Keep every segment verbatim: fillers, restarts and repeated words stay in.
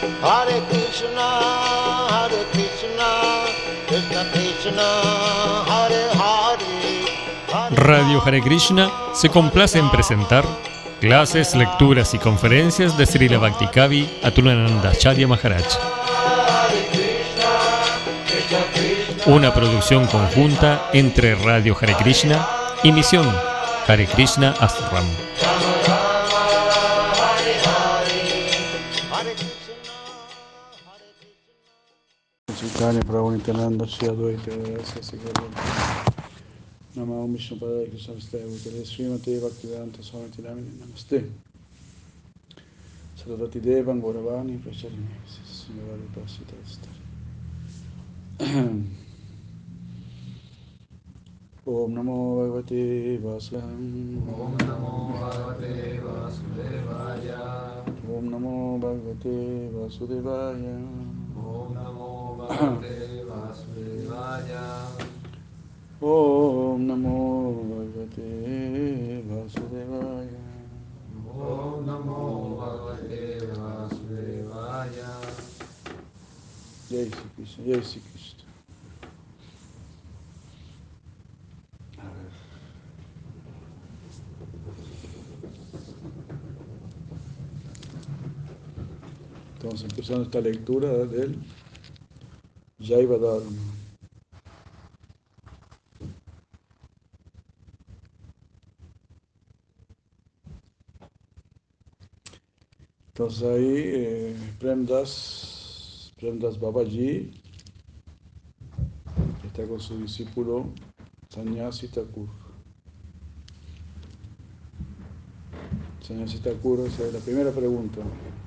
Hare Krishna, Hare Krishna, Krishna Krishna, Hare Hare. Radio Hare Krishna se complace en presentar clases, lecturas y conferencias de Srila Bhaktikavi Atulananda Acharya Maharaj. Una producción conjunta entre Radio Hare Krishna y Misión Hare Krishna Ashram. Chaitanya Prabhu Nityananda Shri Advaita Sasi Gaura Nama Om Vishnu Padaya Krishna Vistaya Bhutale Srimate Bhaktivedanta Swami Namini Namaste Saraswati Devan Gauravani Pracharini Srimavadi Pasita Astari Om Namo Bhagavate Vasudevaya Om Namo Bhagavate Vasudevaya Om Namo Bhagavate Vasudevaya Om Namo Bhagavate Vasudevaya Om Namo Bhagavate Vasudevaya Om Namo Bhagavate Vasudevaya. Jai Sri Krishna, Jai Sri Krishna. A ver. Estamos empezando esta lectura del Jaiva Dharma. Entonces ahí eh, Premdas, Premdas Babaji está con su discípulo Sannyasi Thakur. Sannyasi Thakur, esa es la primera pregunta.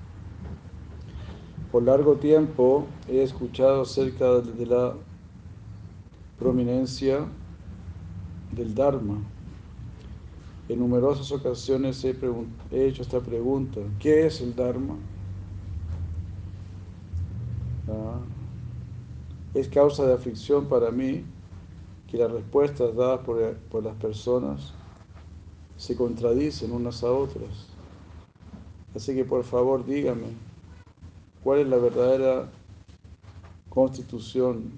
Por largo tiempo he escuchado acerca de la prominencia del Dharma. En numerosas ocasiones he, he hecho esta pregunta: ¿qué es el Dharma? ¿Ah? Es causa de aflicción para mí que las respuestas dadas por, por las personas se contradicen unas a otras. Así que por favor dígame, ¿cuál es la verdadera constitución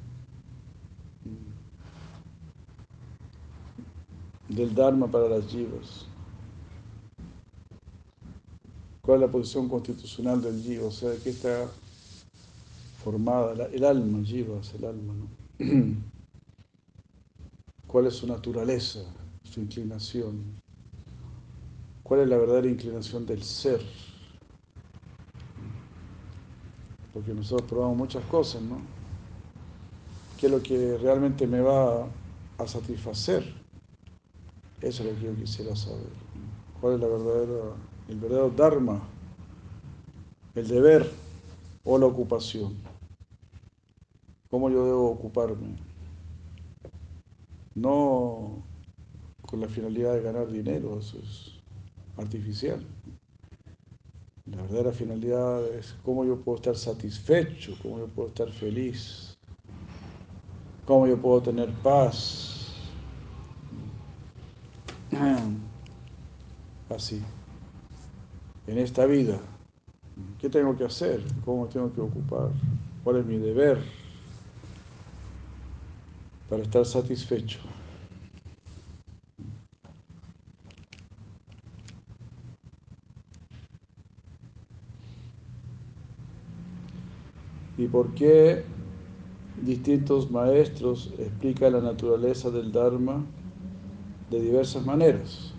del Dharma para las jivas? ¿Cuál es la posición constitucional del jiva? O sea, ¿de qué está formada el alma, jivas, el alma, ¿no? ¿Cuál es su naturaleza, su inclinación? ¿Cuál es la verdadera inclinación del ser? Porque nosotros probamos muchas cosas, ¿no? ¿Qué es lo que realmente me va a satisfacer? Eso es lo que yo quisiera saber. ¿Cuál es la verdadera, el verdadero dharma? El deber o la ocupación. ¿Cómo yo debo ocuparme? No con la finalidad de ganar dinero, eso es artificial. La verdadera finalidad es cómo yo puedo estar satisfecho, cómo yo puedo estar feliz, cómo yo puedo tener paz. Así. En esta vida, ¿qué tengo que hacer? ¿Cómo tengo que ocupar? ¿Cuál es mi deber para estar satisfecho? ¿Y por qué distintos maestros explican la naturaleza del Dharma de diversas maneras?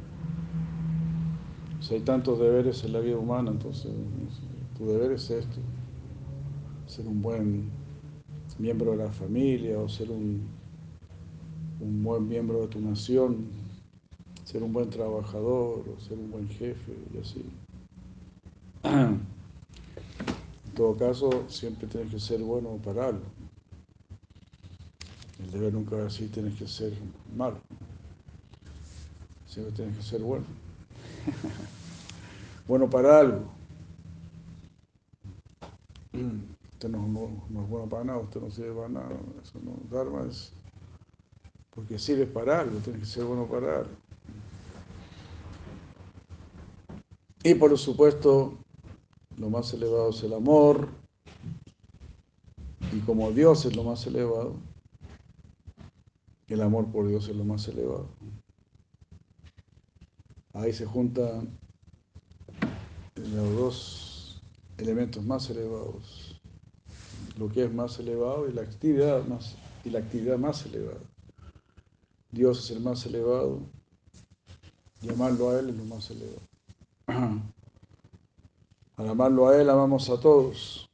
O sea, hay tantos deberes en la vida humana, entonces no sé, tu deber es esto: ser un buen miembro de la familia, o ser un, un buen miembro de tu nación, ser un buen trabajador, o ser un buen jefe, y así. En todo caso, siempre tienes que ser bueno para algo. El deber nunca va a decir tienes que ser malo. Siempre tienes que ser bueno. Bueno para algo. Usted no, no, no es bueno para nada, usted no sirve para nada. Eso no, Dharma es porque sirve para algo, tienes que ser bueno para algo. Y por supuesto, lo más elevado es el amor, y como Dios es lo más elevado, el amor por Dios es lo más elevado. Ahí se juntan los dos elementos más elevados, lo que es más elevado y la actividad más, y la actividad más elevada. Dios es el más elevado, y amarlo a Él es lo más elevado. Al amarlo a Él, amamos a todos,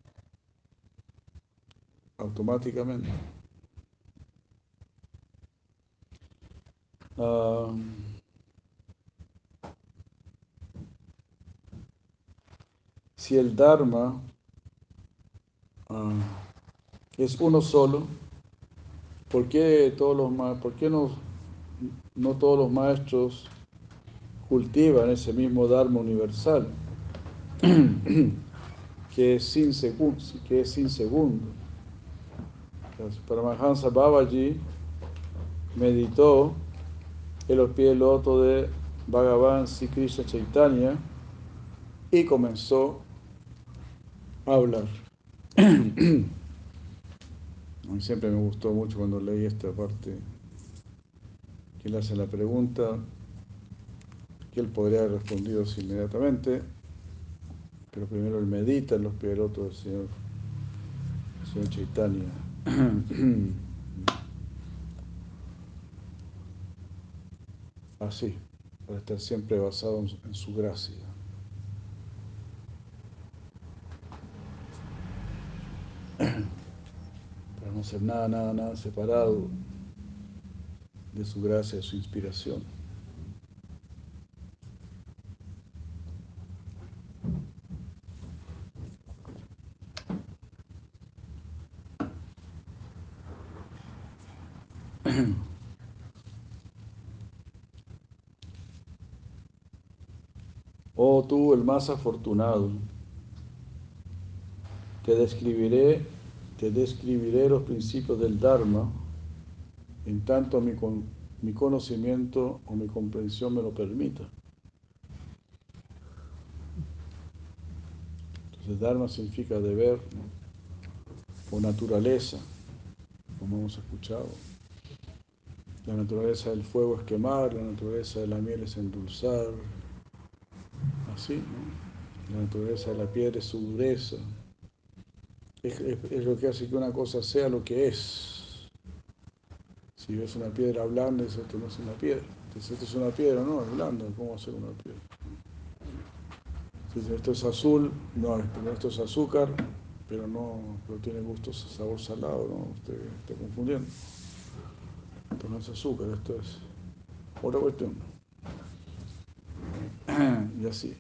automáticamente. Uh, si el Dharma uh, es uno solo, ¿por qué, todos los ma- por qué no, no todos los maestros cultivan ese mismo Dharma universal, que es sin, segun, que es sin segundo? Entonces, Paramahansa Babaji meditó en los pies del loto de Bhagavan Sri Krishna Chaitanya y comenzó a hablar. A mí siempre me gustó mucho cuando leí esta parte, que él hace la pregunta, que él podría haber respondido inmediatamente, pero primero él medita en los pies del loto del Señor, del Señor Chaitanya. Así, para estar siempre basado en, en su gracia. Para no ser nada, nada, nada separado de su gracia, de su inspiración. Oh tú, el más afortunado, te describiré, te describiré los principios del Dharma, en tanto mi, con, mi conocimiento o mi comprensión me lo permita. Entonces, Dharma significa deber, ¿no? O naturaleza, como hemos escuchado. La naturaleza del fuego es quemar, la naturaleza de la miel es endulzar, así, ¿no? La naturaleza de la piedra es su dureza. Es, es, es lo que hace que una cosa sea lo que es. Si ves una piedra blanda, dices, esto no es una piedra. Entonces, esto es una piedra, no, es blanda, ¿cómo va a ser una piedra? Entonces, esto es azul, no, esto es azúcar, pero no, pero tiene gusto, sabor salado, ¿no? Usted está confundiendo. Esto no es azúcar, esto es otra cuestión. Y así.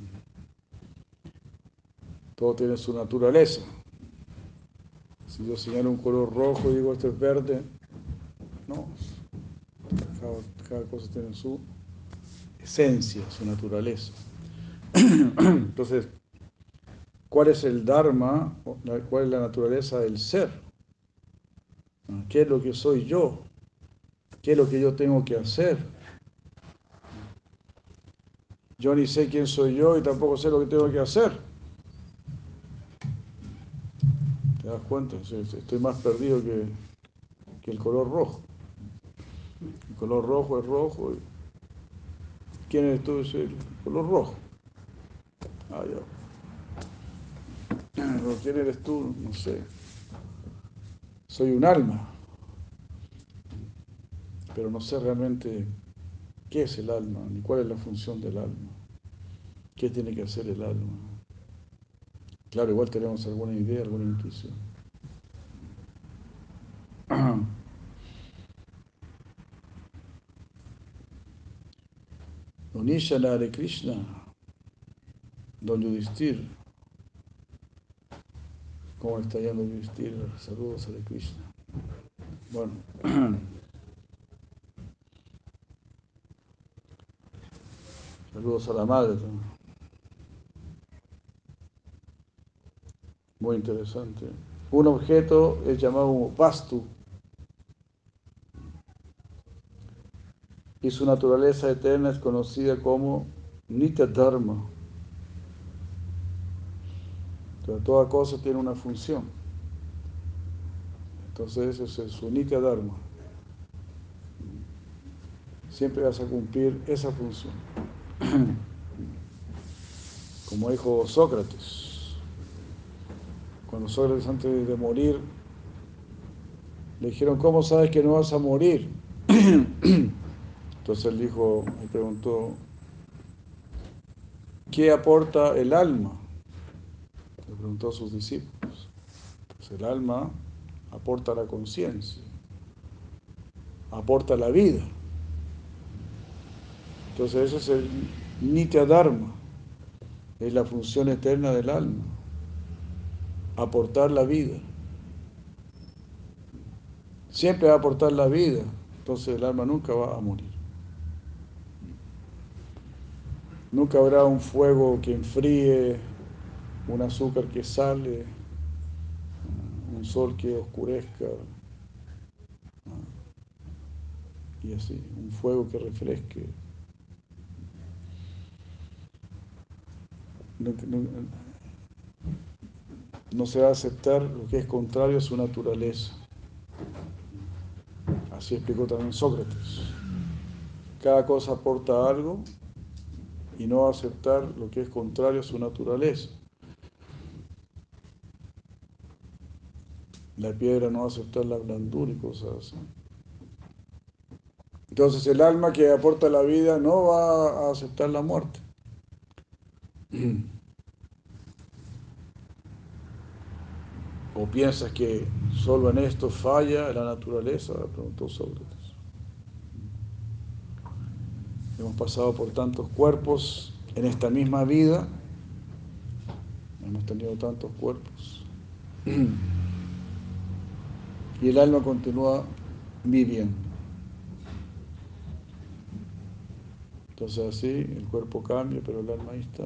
Todo tiene su naturaleza. Si yo señalo un color rojo y digo esto es verde, no. Cada, cada cosa tiene su esencia, su naturaleza. Entonces, ¿cuál es el Dharma? ¿Cuál es la naturaleza del ser? ¿Qué es lo que soy yo? ¿Qué es lo que yo tengo que hacer? Yo ni sé quién soy yo y tampoco sé lo que tengo que hacer. ¿Te das cuenta? Estoy más perdido que, que el color rojo. El color rojo es rojo. ¿Quién eres tú? Es el color rojo. Ah, ya. Pero ¿quién eres tú? No sé. Soy un alma. Pero no sé realmente qué es el alma, ni cuál es la función del alma. ¿Qué tiene que hacer el alma? Claro, igual tenemos alguna idea, alguna intuición. Onishana Hare Krishna, Don Yudhishthir. ¿Cómo está yendo Yudhishthir? Saludos a Hare Krishna. Bueno. Saludos a la madre también. Muy interesante. Un objeto es llamado vastu y su naturaleza eterna es conocida como Nitya Dharma. Entonces, toda cosa tiene una función. Entonces, ese es su Nitya Dharma. Siempre vas a cumplir esa función. Como dijo Sócrates. Cuando Sócrates, antes de morir, le dijeron, ¿cómo sabes que no vas a morir? Entonces él dijo, él preguntó, ¿qué aporta el alma? Le preguntó a sus discípulos. Pues el alma aporta la conciencia, aporta la vida. Entonces ese es el Nitya Dharma, es la función eterna del alma, aportar la vida. Siempre va a aportar la vida, entonces el alma nunca va a morir. Nunca habrá un fuego que enfríe, un azúcar que sale, un sol que oscurezca, y así, un fuego que refresque. No, no, no se va a aceptar lo que es contrario a su naturaleza. Así explicó también Sócrates. Cada cosa aporta algo y no va a aceptar lo que es contrario a su naturaleza. La piedra no va a aceptar la blandura y cosas así. Entonces el alma que aporta la vida no va a aceptar la muerte. ¿O piensas que solo en esto falla la naturaleza? Preguntó Sócrates. Hemos pasado por tantos cuerpos en esta misma vida, hemos tenido tantos cuerpos, y el alma continúa viviendo. Entonces así, el cuerpo cambia, pero el alma ahí está.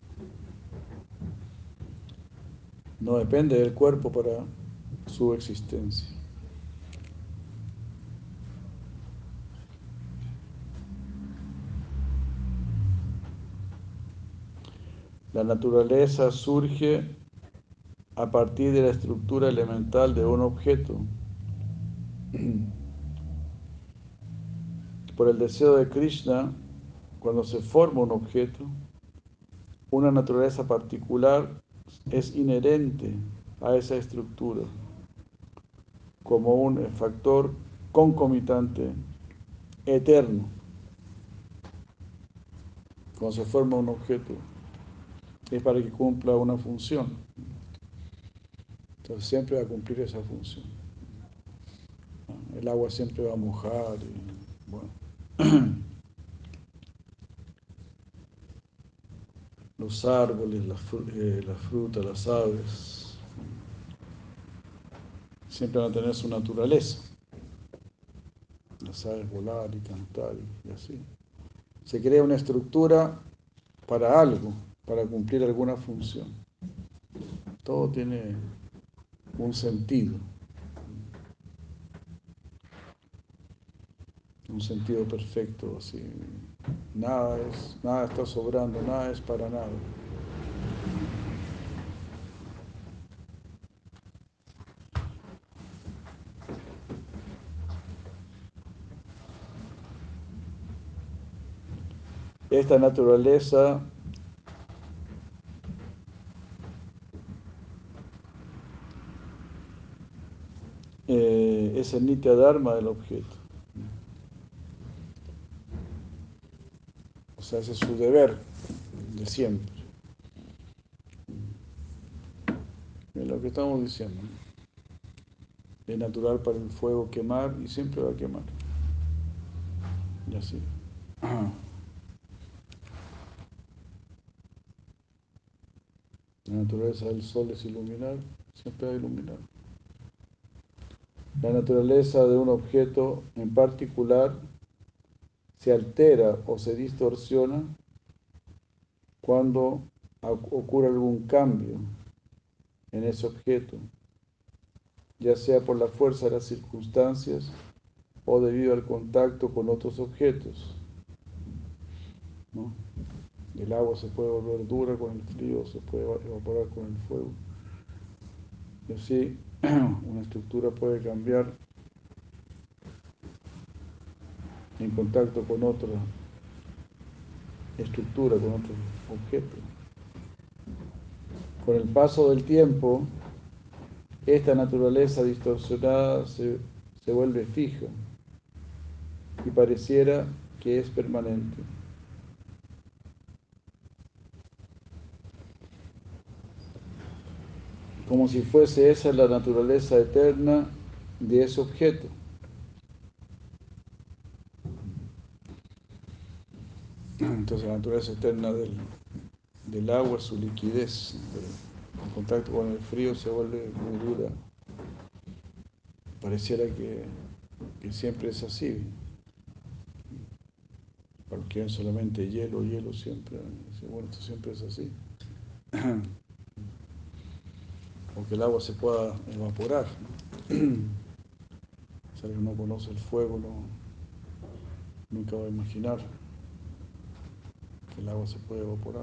No depende del cuerpo para su existencia. La naturaleza surge a partir de la estructura elemental de un objeto. Por el deseo de Krishna, cuando se forma un objeto, una naturaleza particular es inherente a esa estructura, como un factor concomitante eterno. Cuando se forma un objeto, es para que cumpla una función. Entonces siempre va a cumplir esa función. El agua siempre va a mojar y, bueno. Los árboles, las, eh, las frutas, las aves, siempre van a tener su naturaleza. Las aves volar y cantar y así. Se crea una estructura para algo, para cumplir alguna función. Todo tiene un sentido, un sentido perfecto, así. Nada es, nada está sobrando, nada es para nada. Esta naturaleza eh, es el Nitya Dharma del objeto. O sea, ese es su deber de siempre. Es lo que estamos diciendo. Es natural para el fuego quemar y siempre va a quemar. Y así. La naturaleza del sol es iluminar, siempre va a iluminar. La naturaleza de un objeto en particular se altera o se distorsiona cuando ocurre algún cambio en ese objeto, ya sea por la fuerza de las circunstancias o debido al contacto con otros objetos, ¿no? El agua se puede volver dura con el frío, se puede evaporar con el fuego. Y así una estructura puede cambiar en contacto con otra estructura, con otro objeto. Con el paso del tiempo, esta naturaleza distorsionada se, se vuelve fija y pareciera que es permanente. Como si fuese esa la naturaleza eterna de ese objeto. Entonces la naturaleza eterna del, del agua es su liquidez, pero en contacto con el frío se vuelve muy dura. Pareciera que, que siempre es así. Cualquier solamente hielo, hielo siempre. Bueno, esto siempre es así. O que el agua se pueda evaporar. Si alguien no conoce el fuego, no, nunca va a imaginar que el agua se puede evaporar.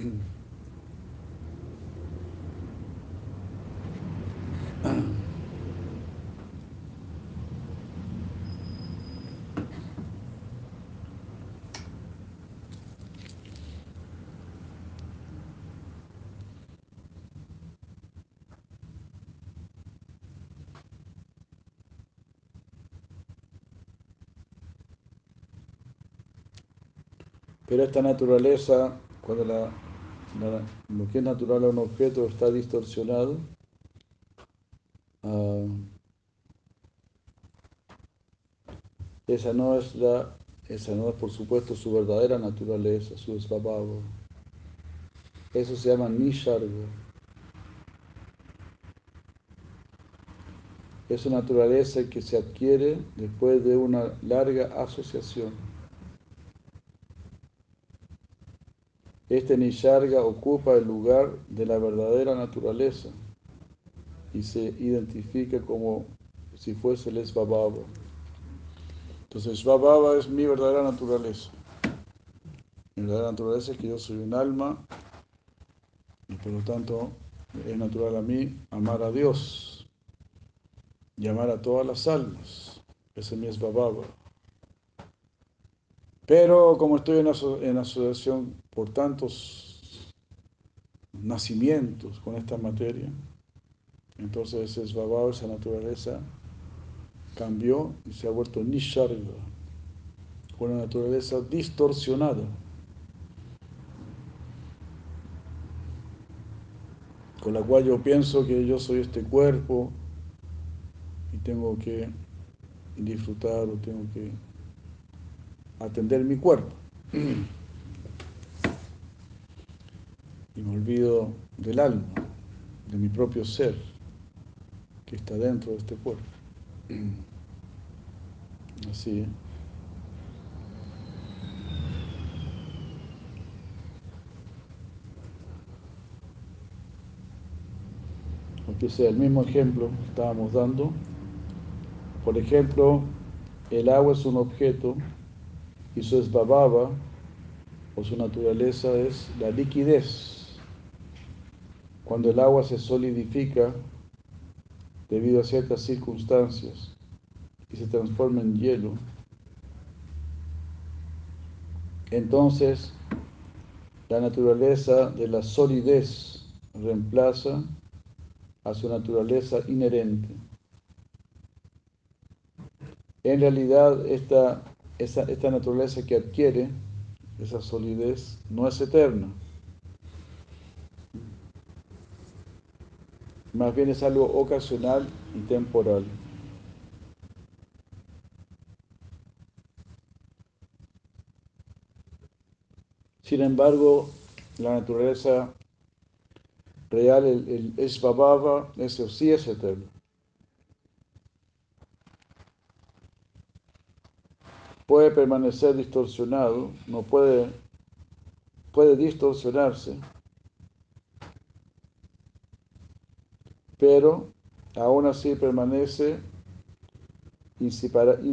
Pero esta naturaleza, cuando la, la, lo que es natural a un objeto está distorsionado, uh, esa no es la, esa no es por supuesto su verdadera naturaleza, su svabhava. Eso se llama nisarga. Es una naturaleza que se adquiere después de una larga asociación. Este nisarga ocupa el lugar de la verdadera naturaleza y se identifica como si fuese el svabhava. Entonces, svabhava es mi verdadera naturaleza. Mi verdadera naturaleza es que yo soy un alma y por lo tanto es natural a mí amar a Dios y amar a todas las almas. Ese es mi svabhava. Pero como estoy en, aso en asociación por tantos nacimientos con esta materia, entonces ese svabhava, esa naturaleza, cambió y se ha vuelto nisarga, una naturaleza distorsionada, con la cual yo pienso que yo soy este cuerpo y tengo que disfrutar o tengo que atender mi cuerpo. Y me olvido del alma, de mi propio ser, que está dentro de este cuerpo. Así, ¿eh? Aunque sea el mismo ejemplo que estábamos dando. Por ejemplo, el agua es un objeto y su svabhava, o su naturaleza, es la liquidez. Cuando el agua se solidifica debido a ciertas circunstancias y se transforma en hielo, entonces la naturaleza de la solidez reemplaza a su naturaleza inherente. En realidad, esta, esta, esta naturaleza que adquiere, esa solidez, no es eterna. Más bien es algo ocasional y temporal. Sin embargo, la naturaleza real, el, el svabhava, eso sí es eterno. Puede permanecer distorsionado, no puede, puede distorsionarse, pero aún así permanece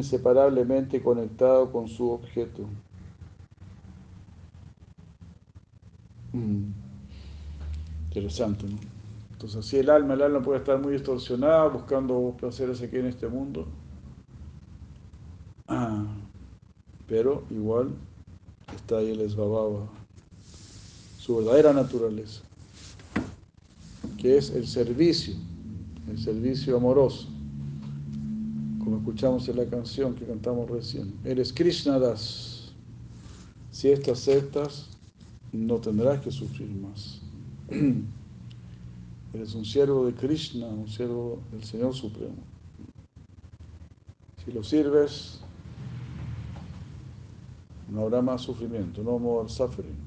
inseparablemente conectado con su objeto. interesante, ¿no? Entonces, así el alma, el alma puede estar muy distorsionada, buscando placeres aquí en este mundo, ah, pero igual está ahí el Esvabhava, su verdadera naturaleza, que es el servicio, el servicio amoroso, como escuchamos en la canción que cantamos recién. Eres Krishna Das. Si esto aceptas, no tendrás que sufrir más. Eres un siervo de Krishna, un siervo del Señor Supremo. Si lo sirves, no habrá más sufrimiento, no more suffering.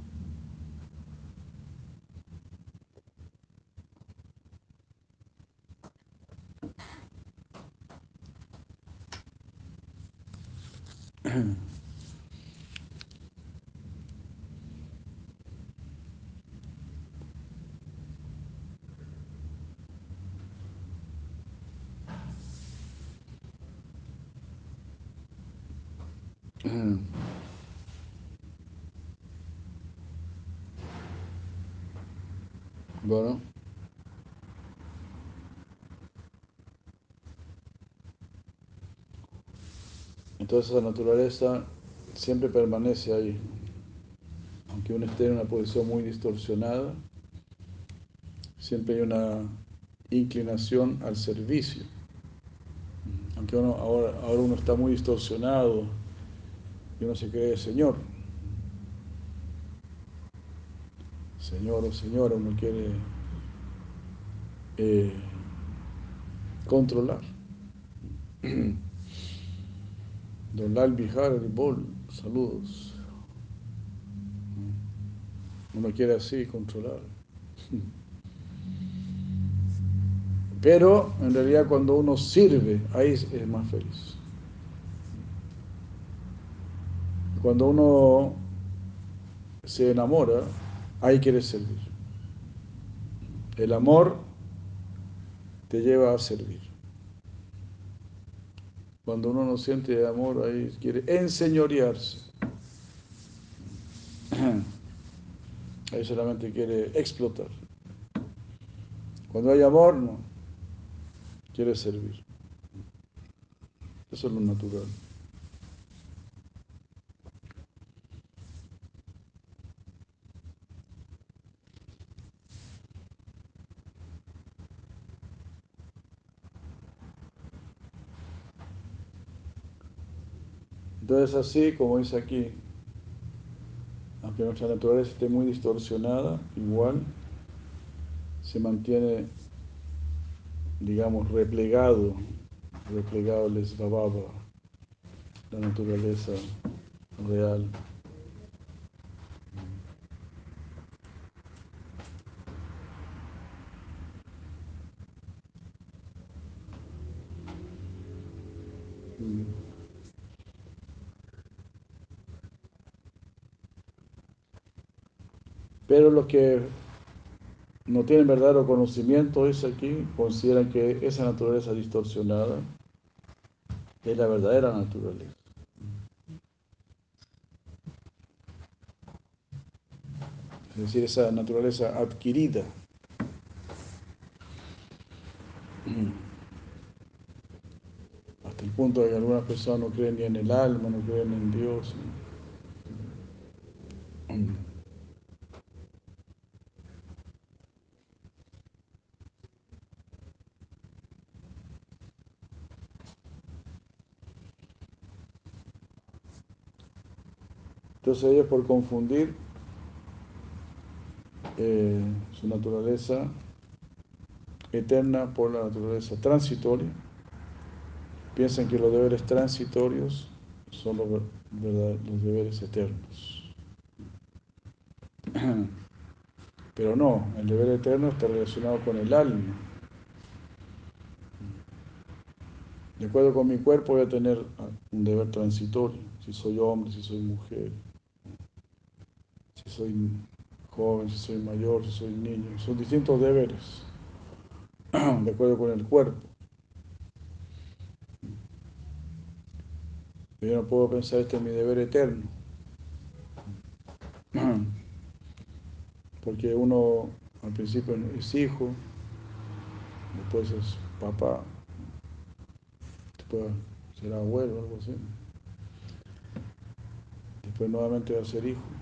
Bueno, entonces la naturaleza siempre permanece ahí, aunque uno esté en una posición muy distorsionada, siempre hay una inclinación al servicio. Aunque uno, ahora, ahora uno está muy distorsionado y uno se cree Señor. Señor o señora, uno quiere eh, controlar. Don Lal Bihar Bol, saludos. Uno quiere así controlar. Pero en realidad cuando uno sirve, ahí es, es más feliz. Cuando uno se enamora, ahí quiere servir. El amor te lleva a servir. Cuando uno no siente amor, ahí quiere enseñorearse. Ahí solamente quiere explotar. Cuando hay amor, no. Quiere servir. Eso es lo natural. Entonces así, como dice aquí, aunque nuestra naturaleza esté muy distorsionada, igual se mantiene, digamos, replegado, replegado el Esvabhava, la naturaleza real. Pero los que no tienen verdadero conocimiento, dice aquí, consideran que esa naturaleza distorsionada es la verdadera naturaleza. Es decir, esa naturaleza adquirida. Hasta el punto de que algunas personas no creen ni en el alma, no creen en Dios. Entonces ellos, por confundir eh, su naturaleza eterna por la naturaleza transitoria, piensan que los deberes transitorios son los, verdad, los deberes eternos. Pero no, el deber eterno está relacionado con el alma. De acuerdo con mi cuerpo voy a tener un deber transitorio, si soy hombre, si soy mujer, si soy joven, si soy mayor, si soy niño. Son distintos deberes, de acuerdo con el cuerpo. Yo no puedo pensar, este es mi deber eterno. Porque uno Al principio es hijo, después es papá, después será abuelo, algo así. Después nuevamente va a ser hijo.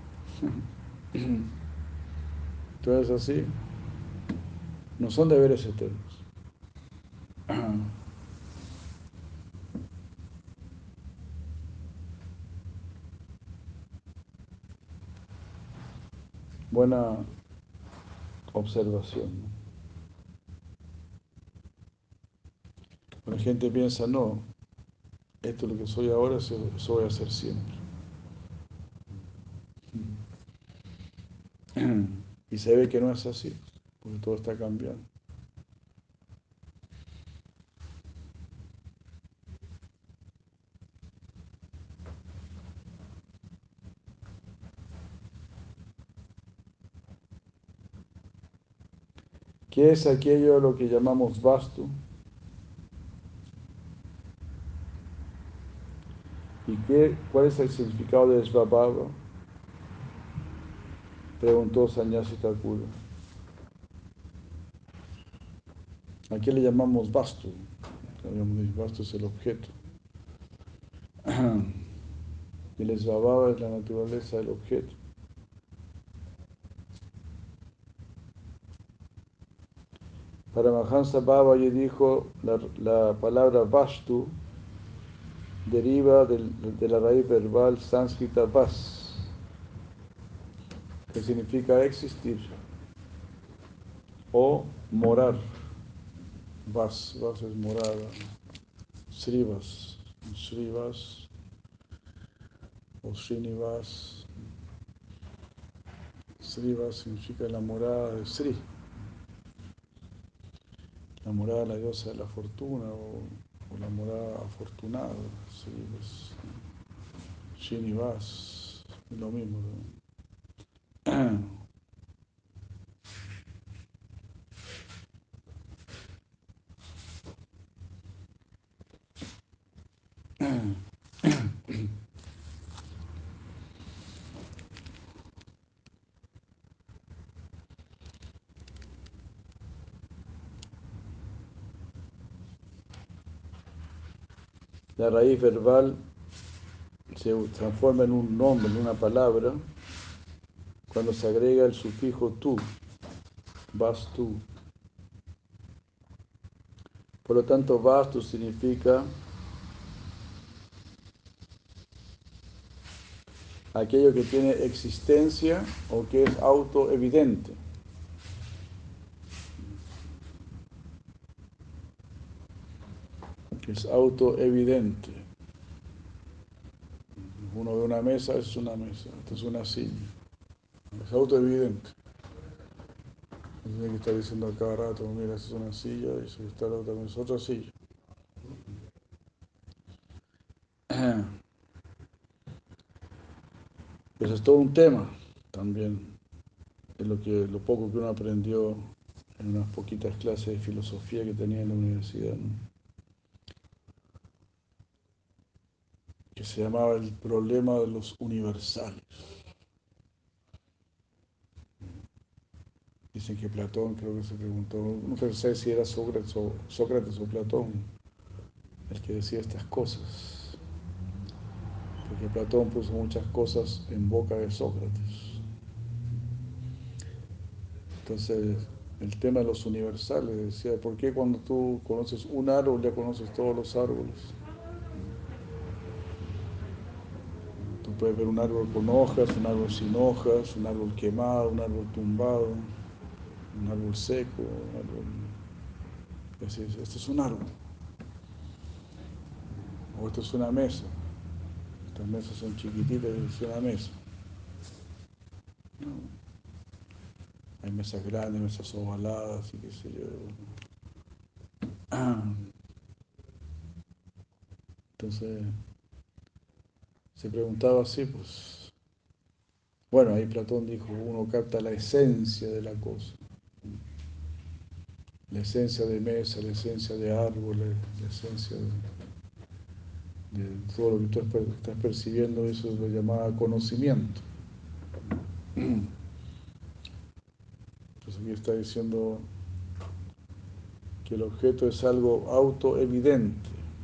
Entonces así, no son deberes eternos. Buena observación, ¿no? La gente piensa, no, esto es lo que soy ahora, eso, eso voy a hacer siempre. Y se ve que no es así, porque todo está cambiando. ¿Qué es aquello a lo que llamamos vastu? ¿Y qué, cuál es el significado de Svabhava? Preguntó Sannyasi Thakur. ¿A qué le llamamos vastu? Vastu es el objeto. Y el Svabhava es la naturaleza del objeto. Paramahansa Babaji dijo, la, la palabra vastu deriva del, de la raíz verbal sánscrita vas, que significa existir o morar. Vas, vas es morada. Srivas, Srivas o Srinivas. Srivas significa la morada de Sri, la morada de la diosa de la fortuna o, o la morada afortunada. Srivas, Srinivas, es lo mismo, ¿no? La raíz verbal se transforma en un nombre, en una palabra, cuando se agrega el sufijo tu, vastu. Por lo tanto, vastu significa aquello que tiene existencia o que es autoevidente. Es autoevidente. Uno ve una mesa, es una mesa, esto es una silla. Es autoevidente. No tiene que estar diciendo a cada rato, mira, esa es una silla, y si está la otra mesa, otra silla. Eso es todo un tema también. Es lo, que, lo poco que uno aprendió en unas poquitas clases de filosofía que tenía en la universidad, ¿no? Que se llamaba el problema de los universales. Dicen que Platón creo que se preguntó, no sé si era Sócrates o, Sócrates o Platón el que decía estas cosas, porque Platón puso muchas cosas en boca de Sócrates. Entonces, el tema de los universales, decía, ¿por qué cuando tú conoces un árbol ya conoces todos los árboles? Tú puedes ver un árbol con hojas, un árbol sin hojas, un árbol quemado, un árbol tumbado, un árbol seco, un árbol... Así es, esto es un árbol. O esto es una mesa. Estas mesas son chiquititas y es una mesa. No. Hay mesas grandes, mesas ovaladas y qué sé yo. Entonces, se preguntaba así, pues, bueno, ahí Platón dijo, uno capta la esencia de la cosa. La esencia de mesa, la esencia de árboles, la esencia de, de todo lo que tú estás percibiendo, eso es lo llamado conocimiento. Entonces aquí está diciendo que el objeto es algo autoevidente.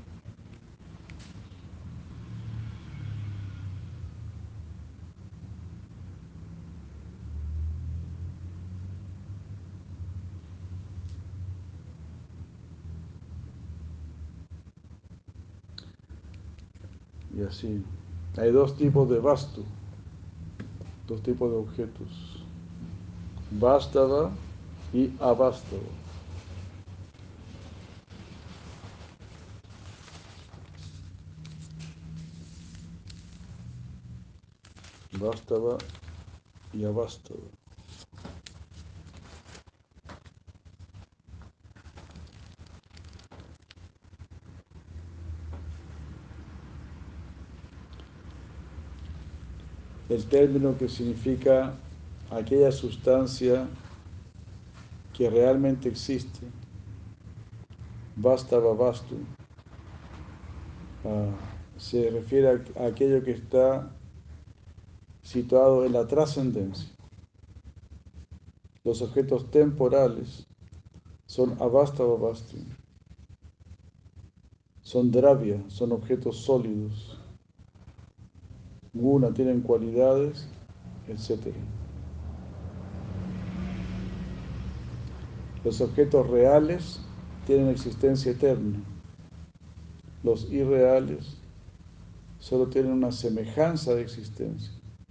Y así. Hay dos tipos de vastu, dos tipos de objetos. Vastava y avastava. Vastava y avastava. El término que significa aquella sustancia que realmente existe, vastava vastu, uh, se refiere a, a aquello que está situado en la trascendencia. Los objetos temporales son avastava vastu, son dravya, son objetos sólidos, guna, tienen cualidades, etcétera. Los objetos reales tienen existencia eterna. Los irreales solo tienen una semejanza de existencia,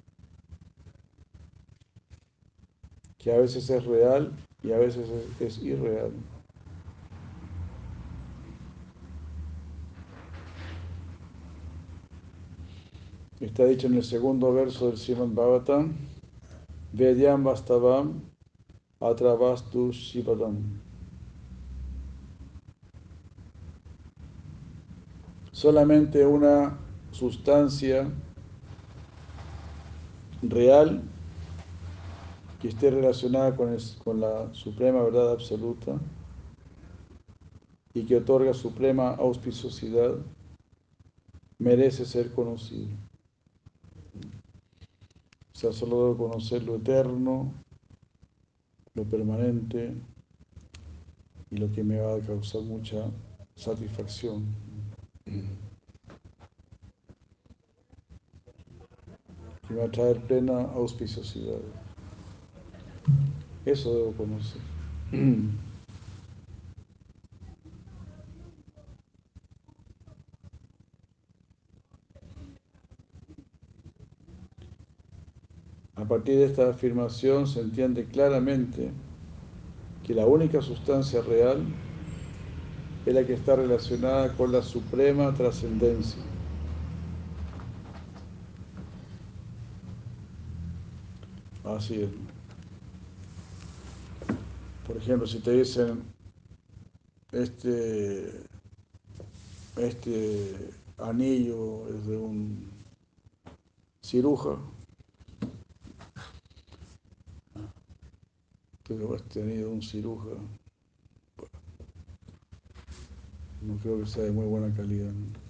que a veces es real y a veces es, es irreal. Está dicho en el segundo verso del Srimad Bhagavatam, Vedyam Vastavam Atravastu Shivadam. Solamente una sustancia real que esté relacionada con, el, con la suprema verdad absoluta y que otorga suprema auspiciosidad merece ser conocido. O sea, solo debo conocer lo eterno, lo permanente y lo que me va a causar mucha satisfacción. Que me va a traer plena auspiciosidad. Eso debo conocer. A partir de esta afirmación se entiende claramente que la única sustancia real es la que está relacionada con la suprema trascendencia. Así es. Por ejemplo, si te dicen este, este anillo es de un ciruja, pero este anillo de un ciruja no creo que sea de muy buena calidad, ¿no?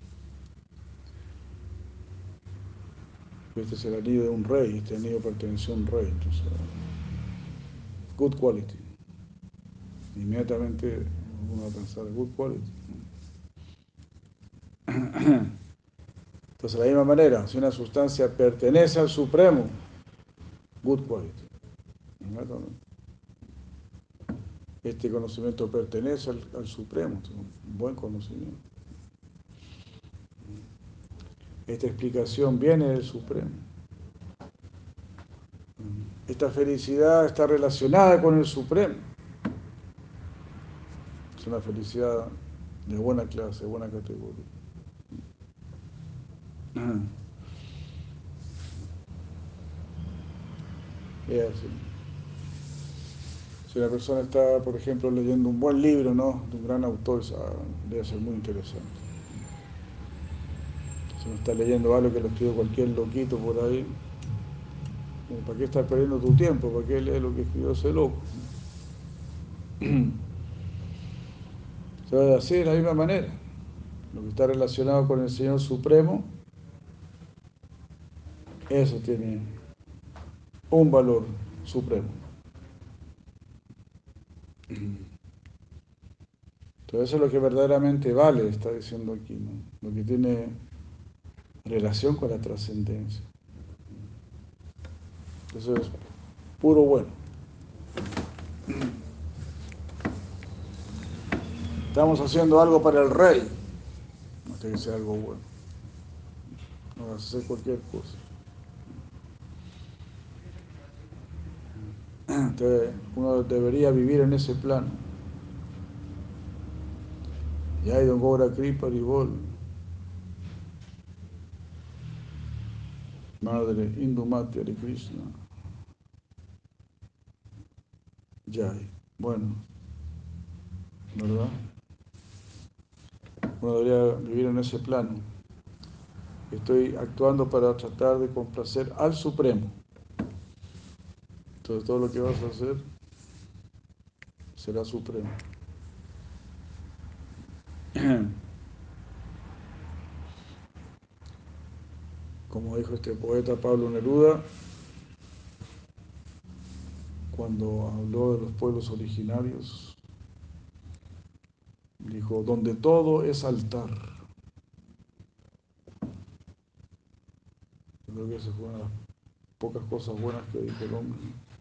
Este es el anillo de un rey, este anillo perteneció a un rey, entonces, good quality. Inmediatamente uno va a pensar, good quality. Entonces, de la misma manera, si una sustancia pertenece al Supremo, good quality. Inmediatamente. Este conocimiento pertenece al, al Supremo, un buen conocimiento. Esta explicación viene del Supremo. Esta felicidad está relacionada con el Supremo. Es una felicidad de buena clase, de buena categoría. Es así. Si una persona está, por ejemplo, leyendo un buen libro, ¿no?, de un gran autor, debe ser muy interesante. Si no está leyendo algo que lo escribió cualquier loquito por ahí, ¿para qué estás perdiendo tu tiempo? ¿Para qué lees lo que escribió ese loco? Se va a decir de la misma manera. Lo que está relacionado con el Señor Supremo, eso tiene un valor supremo. Entonces eso es lo que verdaderamente vale, está diciendo aquí, ¿no? Lo que tiene relación con la trascendencia. Eso es puro bueno. Estamos haciendo algo para el rey. No tiene que ser algo bueno. No vas a hacer cualquier cosa. Entonces, uno debería vivir en ese plano. Y ahí Don Gora Kripa Ribol, Madre Indumati Hare Krishna. Jai. Bueno, ¿verdad? Uno debería vivir en ese plano. Estoy actuando para tratar de complacer al Supremo. Entonces todo lo que vas a hacer será supremo. Como dijo este poeta Pablo Neruda, cuando habló de los pueblos originarios, dijo, donde todo es altar. Yo creo que esa fue una de las pocas cosas buenas que dijo el hombre.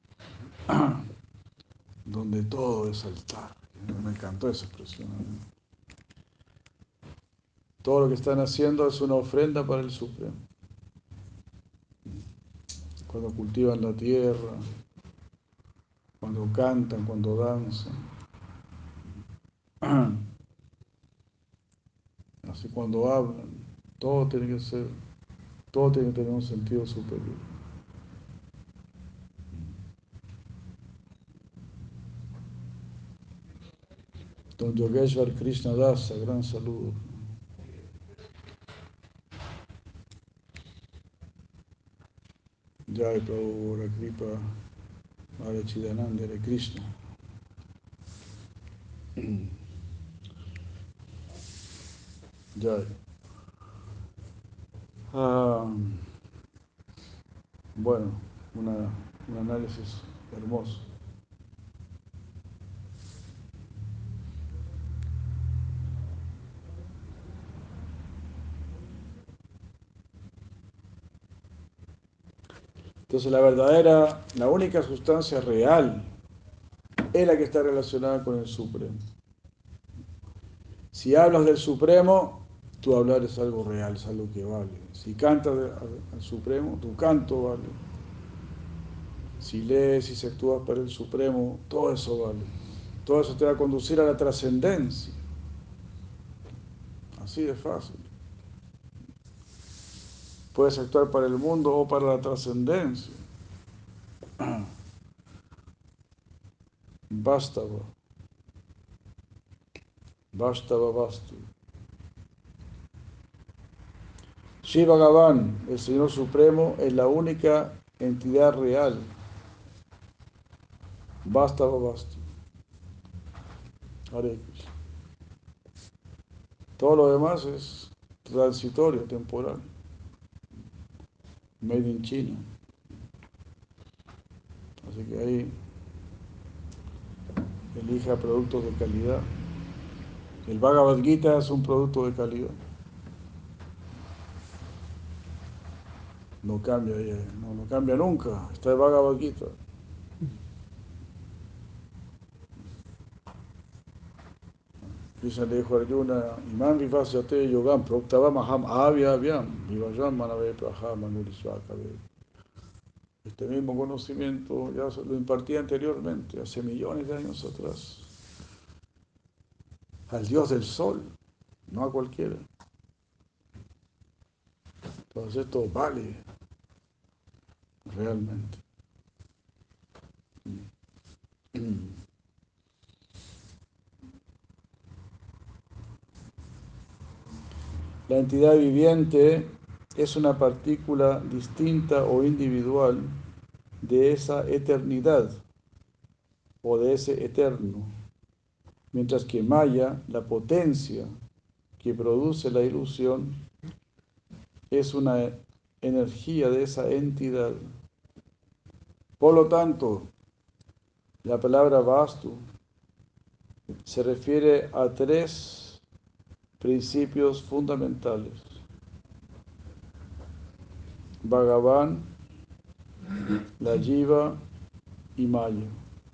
Donde todo es altar. Me encantó esa expresión. Todo lo que están haciendo es una ofrenda para el Supremo. Cuando cultivan la tierra, cuando cantan, cuando danzan. Así cuando hablan, todo tiene que ser, todo tiene que tener un sentido superior. Don Yogeshwar Krishna Dasa, gran saludo. Jai Prabhu Gora Kripa Hare Chidananda Hare Krishna. Jai. Ah, bueno, una, un análisis hermoso. Entonces la verdadera, la única sustancia real es la que está relacionada con el Supremo. Si hablas del Supremo, tu hablar es algo real, es algo que vale. Si cantas al Supremo, tu canto vale. Si lees y si actúas para el Supremo, todo eso vale. Todo eso te va a conducir a la trascendencia. Así de fácil. Puedes actuar para el mundo o para la trascendencia. Bastava. Bastava Vastu. Shiva Bhagavan, el Señor Supremo, es la única entidad real. Bastava Vastu. Hare Krishna. Todo lo demás es transitorio, temporal. Made in China. Así que ahí elija productos de calidad. El Bhagavad Gita es un producto de calidad. No cambia, no, no cambia nunca. Está el Bhagavad Gita. Krishna le dijo a Arjuna, Imam vivasyate yogam proktavam aham avyam vivayam manave praha manurisvakave. Este mismo conocimiento ya lo impartí anteriormente, hace millones de años atrás, al Dios del Sol, no a cualquiera. Entonces esto vale realmente. La entidad viviente es una partícula distinta o individual de esa eternidad o de ese eterno, mientras que Maya, la potencia que produce la ilusión, es una energía de esa entidad. Por lo tanto, la palabra Vastu se refiere a tres principios fundamentales: Bhagavan, la Jiva y Maya.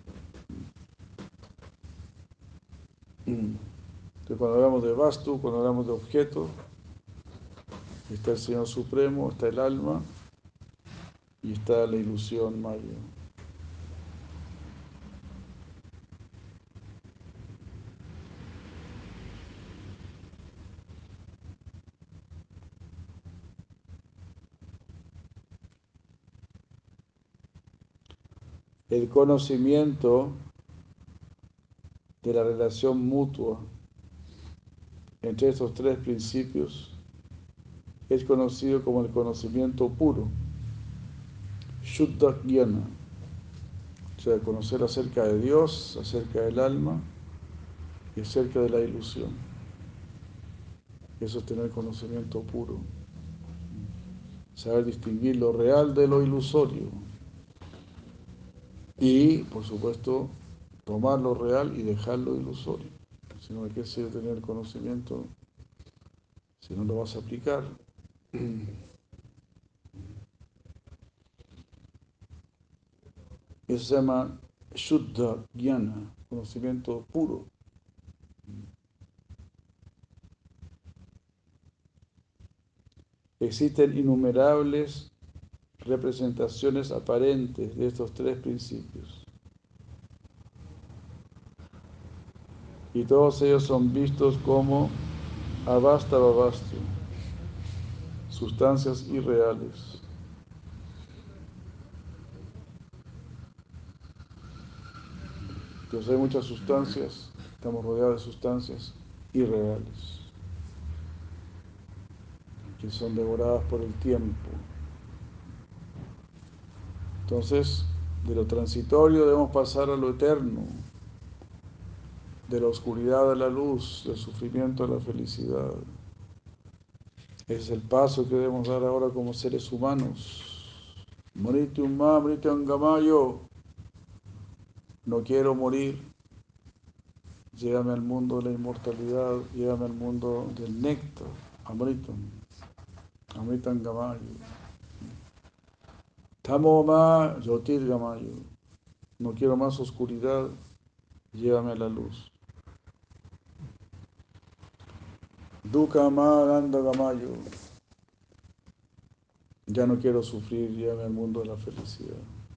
Entonces, cuando hablamos de Vastu, cuando hablamos de objetos, está el Señor Supremo, está el alma y está la ilusión Maya. El conocimiento de la relación mutua entre estos tres principios es conocido como el conocimiento puro, Shuddha Jnana, o sea, conocer acerca de Dios, acerca del alma y acerca de la ilusión. Eso es tener conocimiento puro, saber distinguir lo real de lo ilusorio y, por supuesto, tomar lo real y dejar lo ilusorio. Si no, ¿de qué sirve tener conocimiento si no lo vas a aplicar? Eso se llama Shuddha Jnana, conocimiento puro. Existen innumerables representaciones aparentes de estos tres principios, y todos ellos son vistos como avastava vastu, sustancias irreales. Entonces hay muchas sustancias, estamos rodeados de sustancias irreales, que son devoradas por el tiempo. Entonces, de lo transitorio debemos pasar a lo eterno, de la oscuridad a la luz, del sufrimiento a la felicidad. Ese es el paso que debemos dar ahora como seres humanos. Mrityum ma mrityam gamayo. No quiero morir. Llévame al mundo de la inmortalidad, llévame al mundo del néctar, Amritam, Amritam gamayo. Tamo ma yotir gamayo. No quiero más oscuridad, llévame a la luz. Dukkha ma ganda gamayo. Ya no quiero sufrir, llévame al mundo de la felicidad.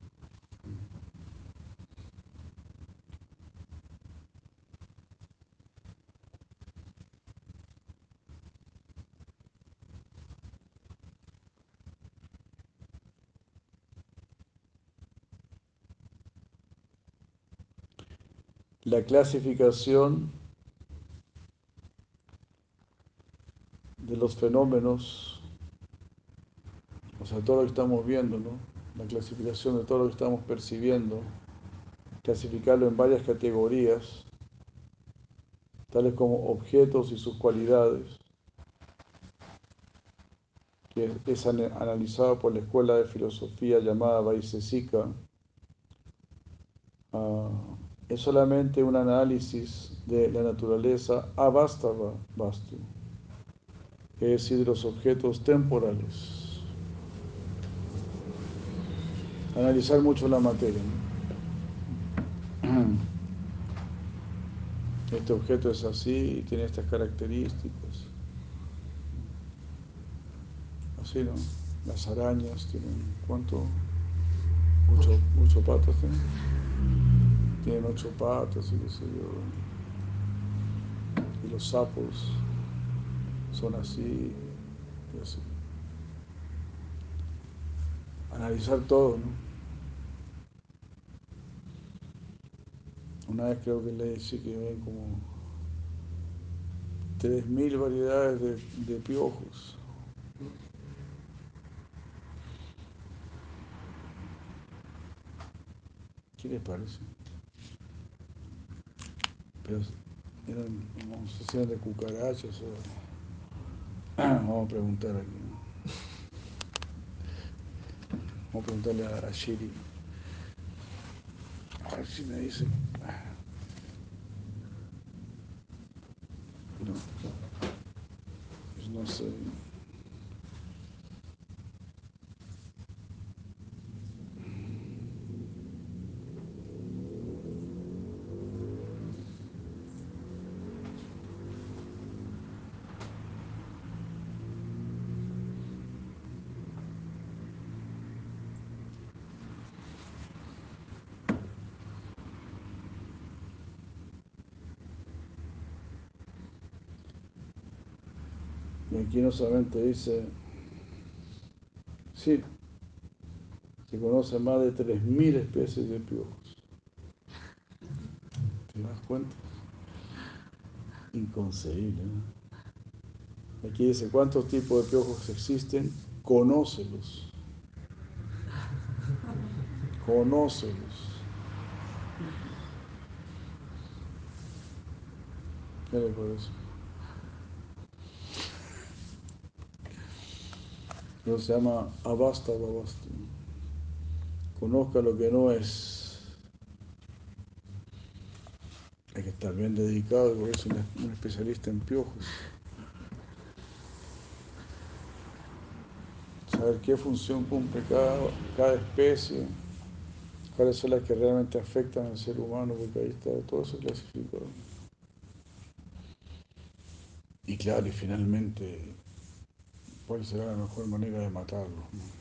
La clasificación de los fenómenos, o sea, todo lo que estamos viendo, ¿no? La clasificación de todo lo que estamos percibiendo, clasificarlo en varias categorías, tales como objetos y sus cualidades, que es analizado por la escuela de filosofía llamada Vaisesika. Uh, es solamente un análisis de la naturaleza avastava vastu, es decir, de los objetos temporales. Analizar mucho la materia, ¿no? Este objeto es así y tiene estas características. Así, ¿no? Las arañas tienen, ¿cuánto? Ocho, ocho patas tienen. Tienen ocho patas y qué sé yo. Y los sapos son así y así. Analizar todo, ¿no? Una vez creo que leí sí que ven como tres mil variedades de, de piojos. ¿Qué les parece? Pero eran, no sé si eran de cucarachas o... Vamos a preguntar aquí, ¿no? Vamos a preguntarle a, a Shiri. A ver si me dice. pues no sé. Y aquí no solamente dice, sí, se conocen más de tres mil especies de piojos. ¿Te das cuenta? Inconcebible, ¿no? Aquí dice, ¿cuántos tipos de piojos existen? Conócelos. Conócelos. ¿Qué le parece? Eso se llama abasta babasta. Conozca lo que no es. Hay que estar bien dedicado, porque es un, un especialista en piojos. Saber qué función cumple cada, cada especie, cuáles son las que realmente afectan al ser humano, porque ahí está todo eso clasificado. Y claro, y finalmente, cuál será la mejor manera de matarlo, ¿no?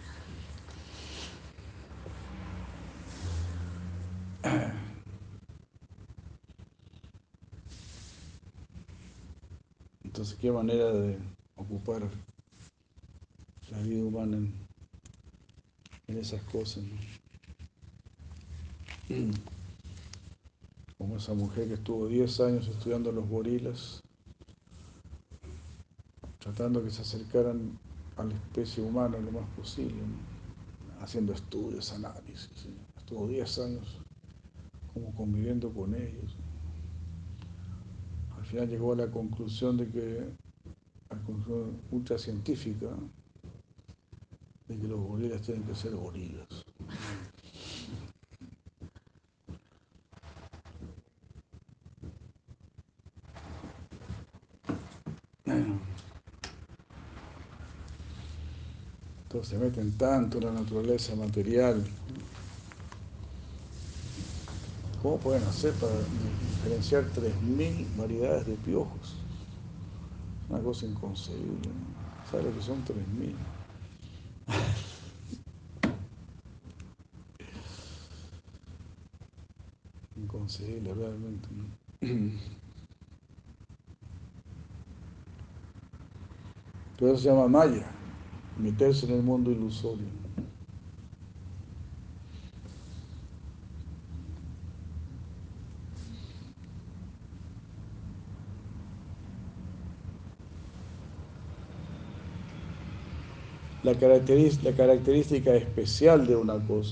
Entonces, ¿qué manera de ocupar la vida humana en, en esas cosas, ¿no? Como esa mujer que estuvo diez años estudiando los gorilas, tratando que se acercaran a la especie humana lo más posible, ¿no? Haciendo estudios, análisis, ¿sí? Estuvo diez años como conviviendo con ellos. Al final llegó a la conclusión de que, a la conclusión ultra científica, de que los gorilas tienen que ser gorilas. Entonces se meten tanto en la naturaleza material. ¿Cómo pueden hacer para diferenciar tres mil variedades de piojos? Una cosa inconcebible, ¿no? ¿Sabes lo que son tres mil? Inconcebible realmente, ¿no? Pero eso se llama maya, meterse en el mundo ilusorio. La característica, la característica especial de una cosa,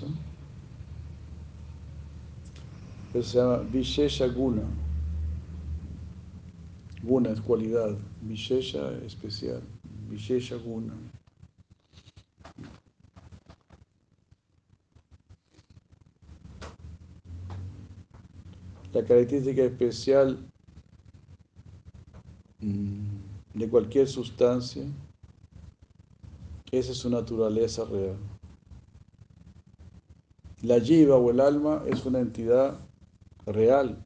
eso se llama Vishesha Guna. Guna es cualidad, Vishesha especial, Vishesha Guna. La característica especial de cualquier sustancia, esa es su naturaleza real. La jiva o el alma es una entidad real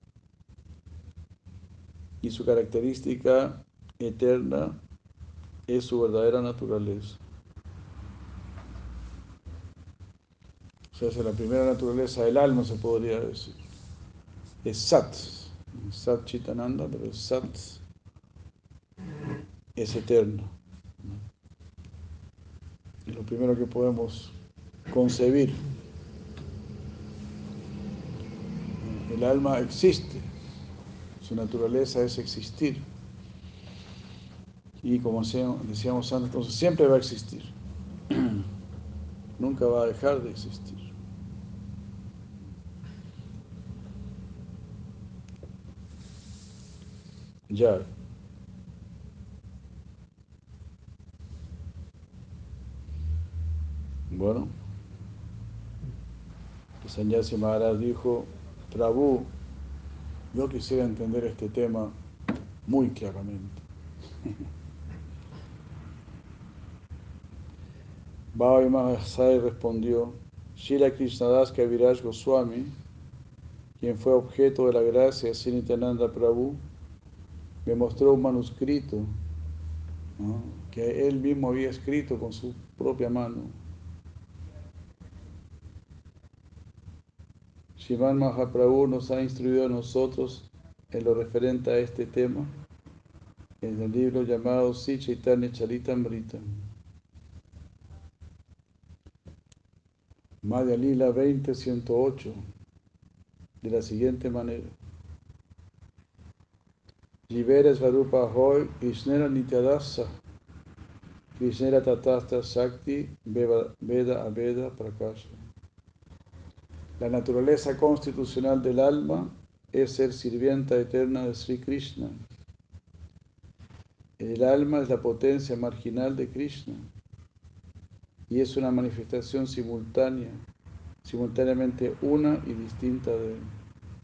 y su característica eterna es su verdadera naturaleza. O sea, esa es la primera naturaleza del alma, se podría decir. Es Sat, Sat Chitananda, pero el Sat es eterno. Es lo primero que podemos concebir. El alma existe, su naturaleza es existir. Y como decíamos antes, entonces siempre va a existir. Nunca va a dejar de existir. Ya. Bueno, Sanyasi Maharaj dijo, Prabhu, yo quisiera entender este tema muy claramente. Bhava Mahasaya respondió, Srila Krishnadas Kaviraj Goswami, quien fue objeto de la gracia de Sri Nityananda Prabhu, me mostró un manuscrito, ¿no?, que él mismo había escrito con su propia mano. Sriman Mahaprabhu nos ha instruido a nosotros en lo referente a este tema en el libro llamado Sri Chaitanya Charitamrita. Madhya Lila veinte ciento ocho, de la siguiente manera. Jivera Svarupa Hoy Krishnera Nityadasa Krishnera Tatasta Shakti Veda Aveda Prakasha. La naturaleza constitucional del alma es ser sirvienta eterna de Sri Krishna. El alma es la potencia marginal de Krishna y es una manifestación simultánea, simultáneamente una y distinta de él.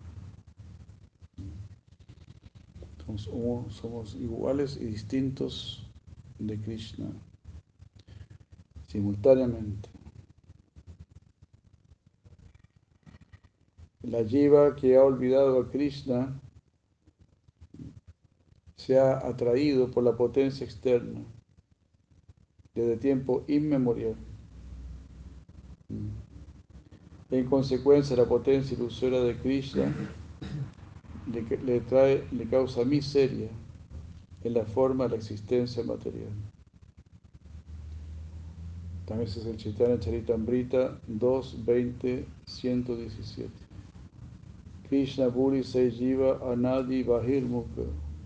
Somos, somos iguales y distintos de Krishna, simultáneamente. La jiva que ha olvidado a Krishna se ha atraído por la potencia externa desde tiempo inmemorial. En consecuencia, la potencia ilusoria de Krishna le, le, trae, le causa miseria en la forma de la existencia material. También es el Chaitanya Charitamrita dos, veinte, ciento diecisiete. Krishna Bhuri Se Jiva Anadi Bahir Mukha.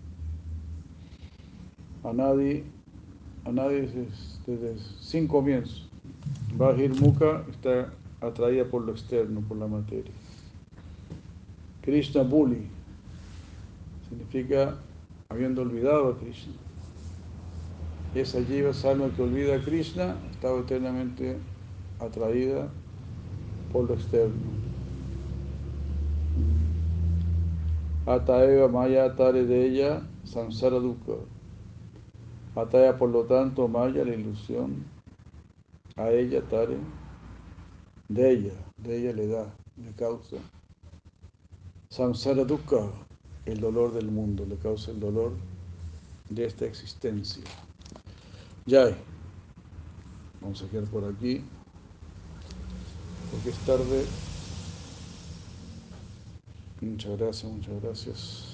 Anadi, Anadi es desde sin comienzo. Bahir Mukha está atraída por lo externo, por la materia. Krishna Bhuli significa habiendo olvidado a Krishna. Esa jiva, esa alma que olvida a Krishna, estaba eternamente atraída por lo externo. Ataeva Maya Tare de ella, Samsara Dukkha. Ataya, por lo tanto, Maya, la ilusión, a ella, Tare, de ella, de ella le da, le causa. Samsara Dukkha, el dolor del mundo, le causa el dolor de esta existencia. Ya, vamos a quedar por aquí, porque es tarde. Muchas gracias, muchas gracias.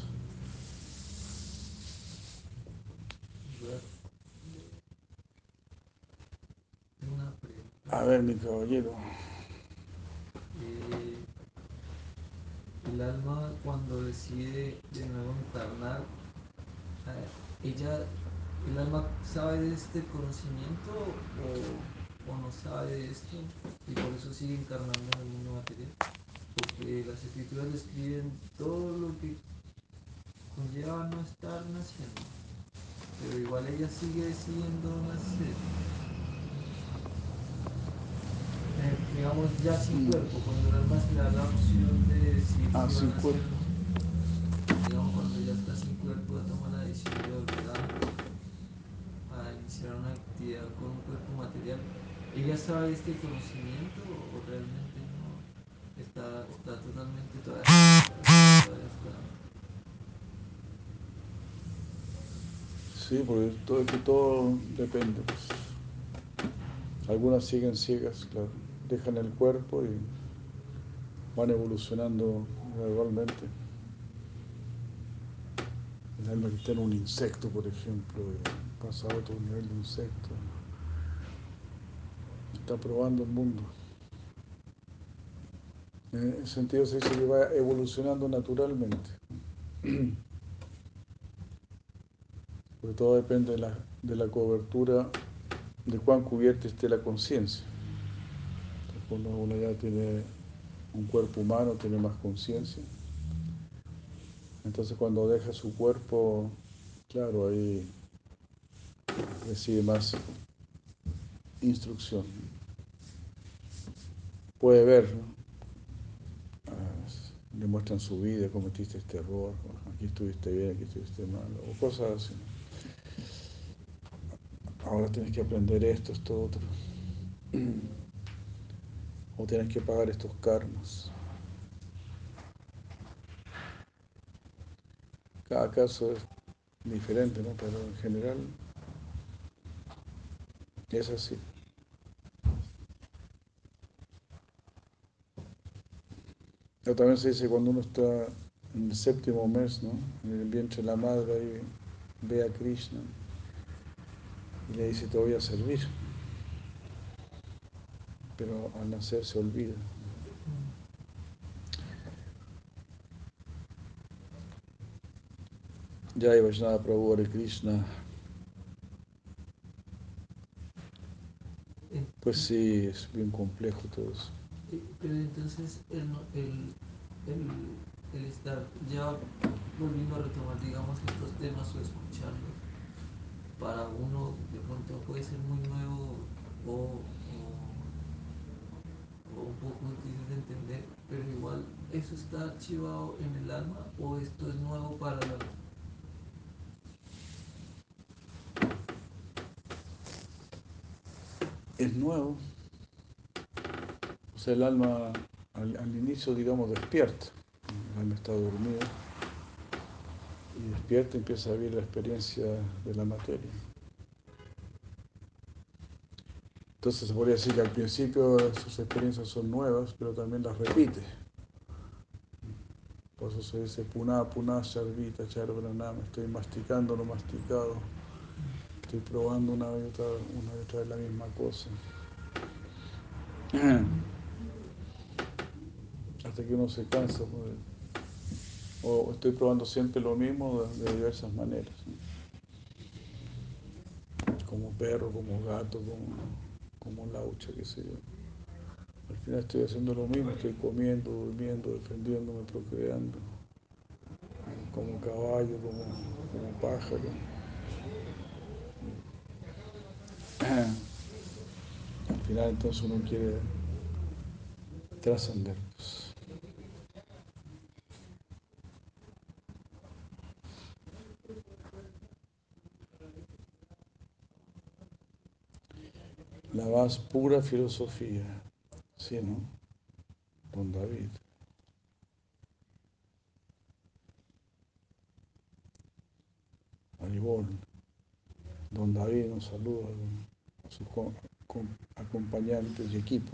Una pregunta. A ver, mi caballero. Eh, el alma, cuando decide de nuevo encarnar, eh, ella, el alma sabe de este conocimiento o, o no sabe de esto y por eso sigue encarnando en el mundo material. Porque las escrituras describen todo lo que conlleva no estar naciendo, pero igual ella sigue decidiendo nacer. Eh, digamos ya sin Mm. cuerpo, cuando el alma se le da la opción de decidir Ah, si va a sin nacer cuerpo. o no. Digamos cuando ya está sin cuerpo, toma la decisión de volver a, a iniciar una actividad con un cuerpo material. ¿Ella sabe este conocimiento o realmente no? Está, está totalmente todavía, todavía está. Sí, porque todo, que todo depende. Pues. Algunas siguen ciegas, claro. Dejan el cuerpo y van evolucionando gradualmente. El alma que está en un insecto, por ejemplo, y pasa a otro nivel de insecto. Está probando el mundo. En ese sentido se dice que va evolucionando naturalmente. Porque todo depende de la, de la cobertura, de cuán cubierta esté la conciencia. Cuando uno ya tiene un cuerpo humano, tiene más conciencia. Entonces cuando deja su cuerpo, claro, ahí recibe más instrucción. Puede ver, ¿no? le muestran su vida, cometiste este error, aquí estuviste bien, aquí estuviste mal, o cosas así. Ahora tienes que aprender esto, esto, otro. O tienes que pagar estos karmas. Cada caso es diferente, ¿no? Pero en general es así. Pero también se dice cuando uno está en el séptimo mes, ¿no? En el vientre de la madre, ahí ve a Krishna y le dice, te voy a servir. Pero al nacer se olvida. Jai Vaishnava Prabhu Hare Krishna. Pues sí, es bien complejo todo eso. Pero entonces el, no- el, el, el estar ya volviendo a retomar, digamos, estos temas o escucharlos, para uno de pronto puede ser muy nuevo o, o, o un poco difícil de entender, pero igual eso está archivado en el alma o esto es nuevo para la... Es nuevo. O sea, el alma al, al inicio, digamos, despierta. El alma está dormida y despierta y empieza a vivir la experiencia de la materia. Entonces se podría decir que al principio sus experiencias son nuevas, pero también las repite. Por eso se dice Puna, Puna, Charvita, Charvranam, estoy masticando lo masticado, estoy probando una y otra, una y otra vez la misma cosa. Hasta que uno se cansa, pues, o estoy probando siempre lo mismo de, de diversas maneras, ¿no? Como perro, como gato, como, como laucha, qué sé yo. Al final estoy haciendo lo mismo, estoy comiendo, durmiendo, defendiéndome, procreando, como caballo, como, como pájaro. Al final entonces uno quiere trascender, pues. La más pura filosofía, ¿sí, no? Don David. Haribol. Don David nos saluda a sus co- com- acompañantes y equipo.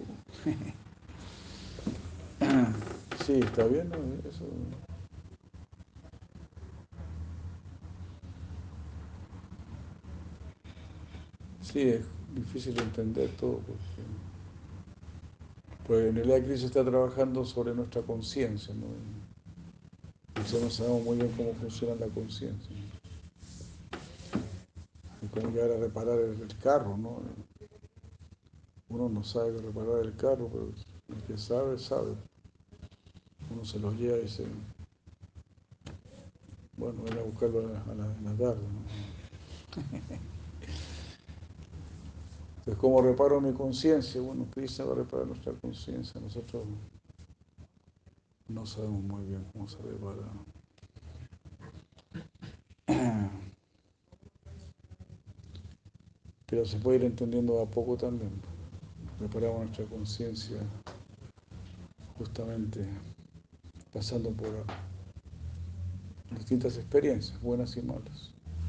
Sí, está bien, ¿no? Eso. Sí, es difícil entender todo porque, pues en realidad Cristo está trabajando sobre nuestra conciencia, ¿no? Nosotros no sabemos muy bien cómo funciona la conciencia. Es como llegar a reparar el, el carro, ¿no? Uno no sabe reparar el carro, pero el que sabe, sabe. Uno se los lleva y dice, bueno, voy a buscarlo a la, a la, en la tarde, ¿no? Entonces, ¿cómo reparo mi conciencia? Bueno, Krishna va a reparar nuestra conciencia. Nosotros no sabemos muy bien cómo se repara. Pero se puede ir entendiendo de a poco también. Reparamos nuestra conciencia justamente pasando por distintas experiencias, buenas y malas.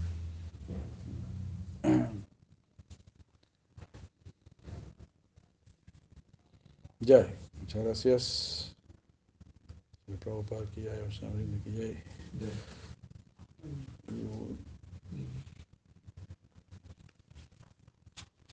Ya, muchas gracias. Prabhupada ki jai, Vaishnava Vrinda ki jai.